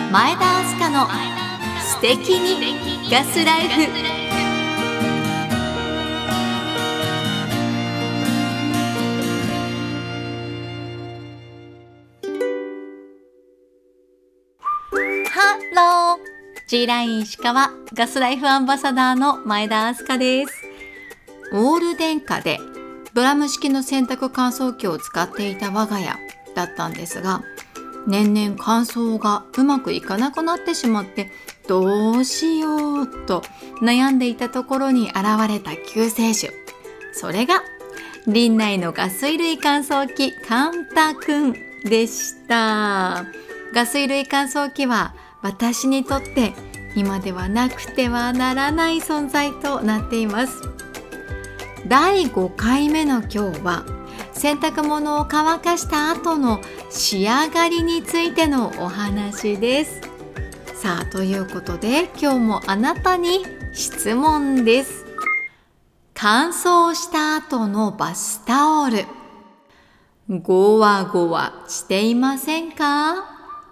前田明日香の素敵にガスライフ。ハロー、G ライン石川ガスライフアンバサダーの前田明日香です。オール電化でドラム式の洗濯乾燥機を使っていた我が家だったんですが、年々乾燥がうまくいかなくなってしまって、どうしようと悩んでいたところに現れた救世主、それがリンナイのガス衣類乾燥機カンタくんでした。ガス衣類乾燥機は私にとって今ではなくてはならない存在となっています。第5回目の今日は、洗濯物を乾かした後の仕上がりについてのお話です。さあ、ということで今日もあなたに質問です。乾燥した後のバスタオル、ゴワゴワしていませんか？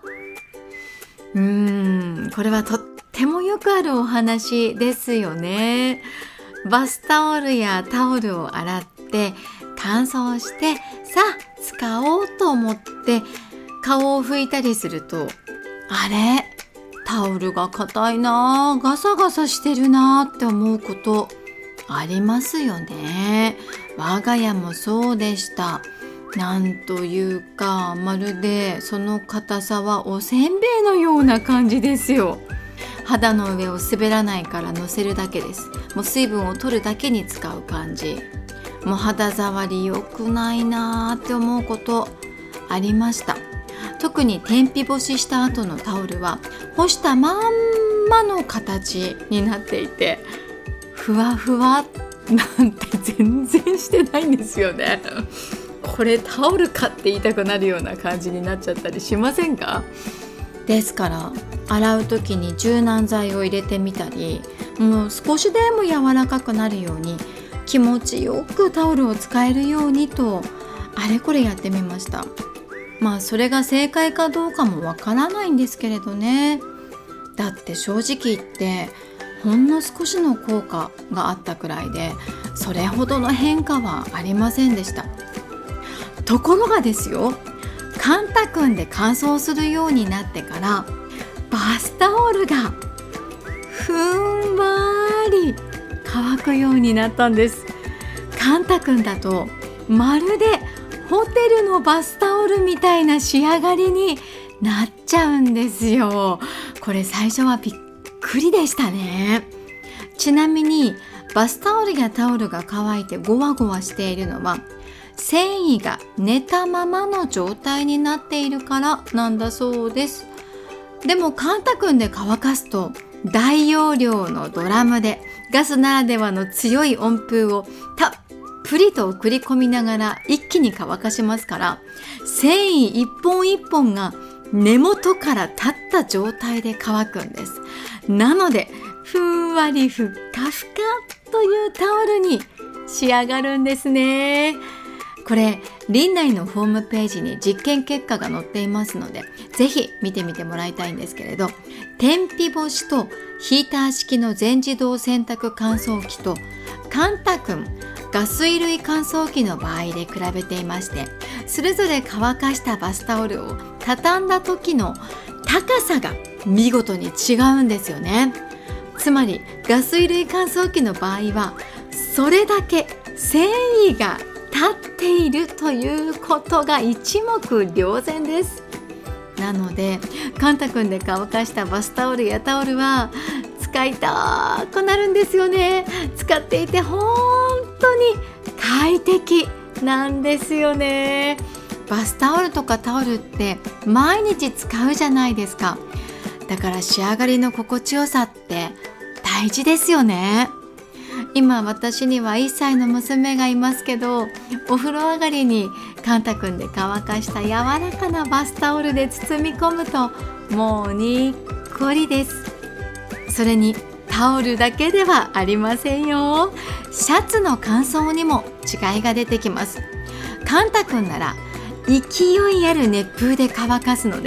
これはとってもよくあるお話ですよね。バスタオルやタオルを洗って乾燥して、さあ使おうと思って顔を拭いたりすると、あれ、タオルが硬いな、ガサガサしてるなって思うことありますよね。我が家もそうでした。なんというか、まるでその硬さはおせんべいのような感じですよ。肌の上を滑らないから乗せるだけです。もう水分を取るだけに使う感じ。もう肌触り良くないなって思うことありました。特に天日干しした後のタオルは干したまんまの形になっていて、ふわふわなんて全然してないんですよね。これタオルかって言いたくなるような感じになっちゃったりしませんか？ですから洗う時に柔軟剤を入れてみたり、もう少しでも柔らかくなるように気持ちよくタオルを使えるようにと、あれこれやってみました。それが正解かどうかもわからないんですけれどね。だって正直言ってほんの少しの効果があったくらいで、それほどの変化はありませんでした。ところがですよ、カンタくんで乾燥するようになってからバスタオルがふんわり乾くようになったんです。カンタくんだとまるでホテルのバスタオルみたいな仕上がりになっちゃうんですよ。これ最初はびっくりでしたね。ちなみにバスタオルやタオルが乾いてゴワゴワしているのは、繊維が寝たままの状態になっているからなんだそうです。でもカンタくんで乾かすと大容量のドラムでガスならではの強い温風をたっぷりと送り込みながら一気に乾かしますから、繊維一本一本が根元から立った状態で乾くんです。なのでふんわりふっかふかというタオルに仕上がるんですね。これリンナイのホームページに実験結果が載っていますので、ぜひ見てみてもらいたいんですけれど、天日干しとヒーター式の全自動洗濯乾燥機とカンタくんガス衣類乾燥機の場合で比べていまして、それぞれ乾かしたバスタオルを畳んだ時の高さが見事に違うんですよね。つまりガス衣類乾燥機の場合はそれだけ繊維が立っているということが一目瞭然です。なのでカンタくんで乾かしたバスタオルやタオルは使いたくなるんですよね。使っていて本当に快適なんですよね。バスタオルとかタオルって毎日使うじゃないですか。だから仕上がりの心地よさって大事ですよね。今私には1歳の娘がいますけど、お風呂上がりにカンタくんで乾かした柔らかなバスタオルで包み込むともうにっこりです。それにタオルだけではありませんよ。シャツの乾燥にも違いが出てきます。カンタくんなら勢いある熱風で乾かすので、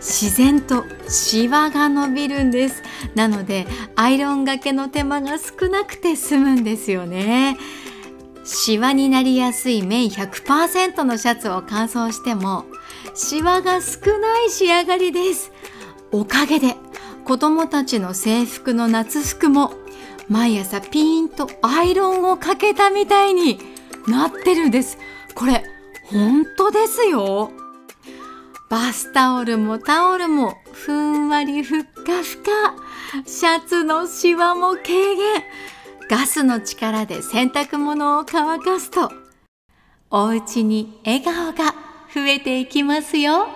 自然とシワが伸びるんです。なのでアイロンがけの手間が少なくて済むんですよね。シワになりやすい綿 100% のシャツを乾燥してもシワが少ない仕上がりです。おかげで子供たちの制服の夏服も毎朝ピーンとアイロンをかけたみたいになってるんです。これ本当ですよ。バスタオルもタオルもふんわりふっかふか、シャツのシワも軽減、ガスの力で洗濯物を乾かすとお家に笑顔が増えていきますよ。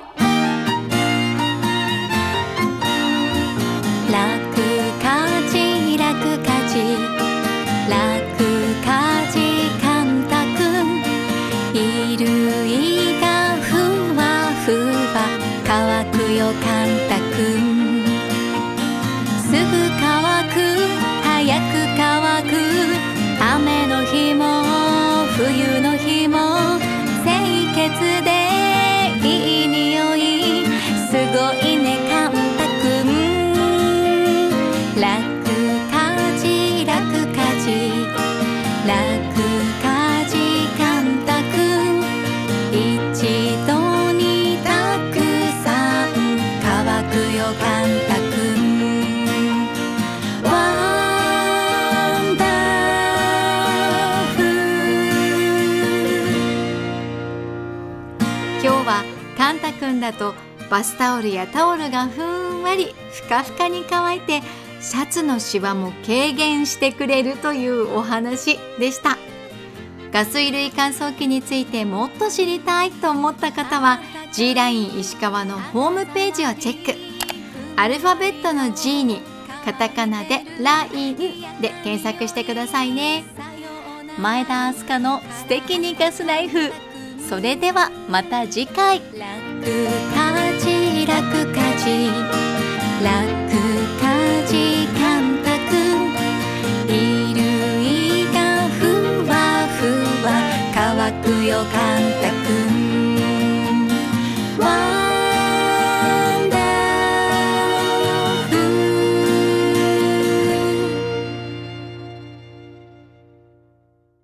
楽家事楽家事楽家事カンタ君、衣類がふわふわ乾くよカンタ君、すぐ乾く早く乾く、雨の日も冬の日も清潔でいい匂い、すごいねカンタ君。楽家事楽家事楽家事カンタ君、一度にたくさん乾くよカンタ君。ワンダフル。今日はカンタ君だとバスタオルやタオルがふんわりふかふかに乾いてシャツのシワも軽減してくれるというお話でした。ガス衣類乾燥機についてもっと知りたいと思った方は G ライン石川のホームページをチェック。アルファベットの G にカタカナで LINE で検索してくださいね。前田明日香の素敵にガスライフ。それではまた次回。楽家事楽家事楽家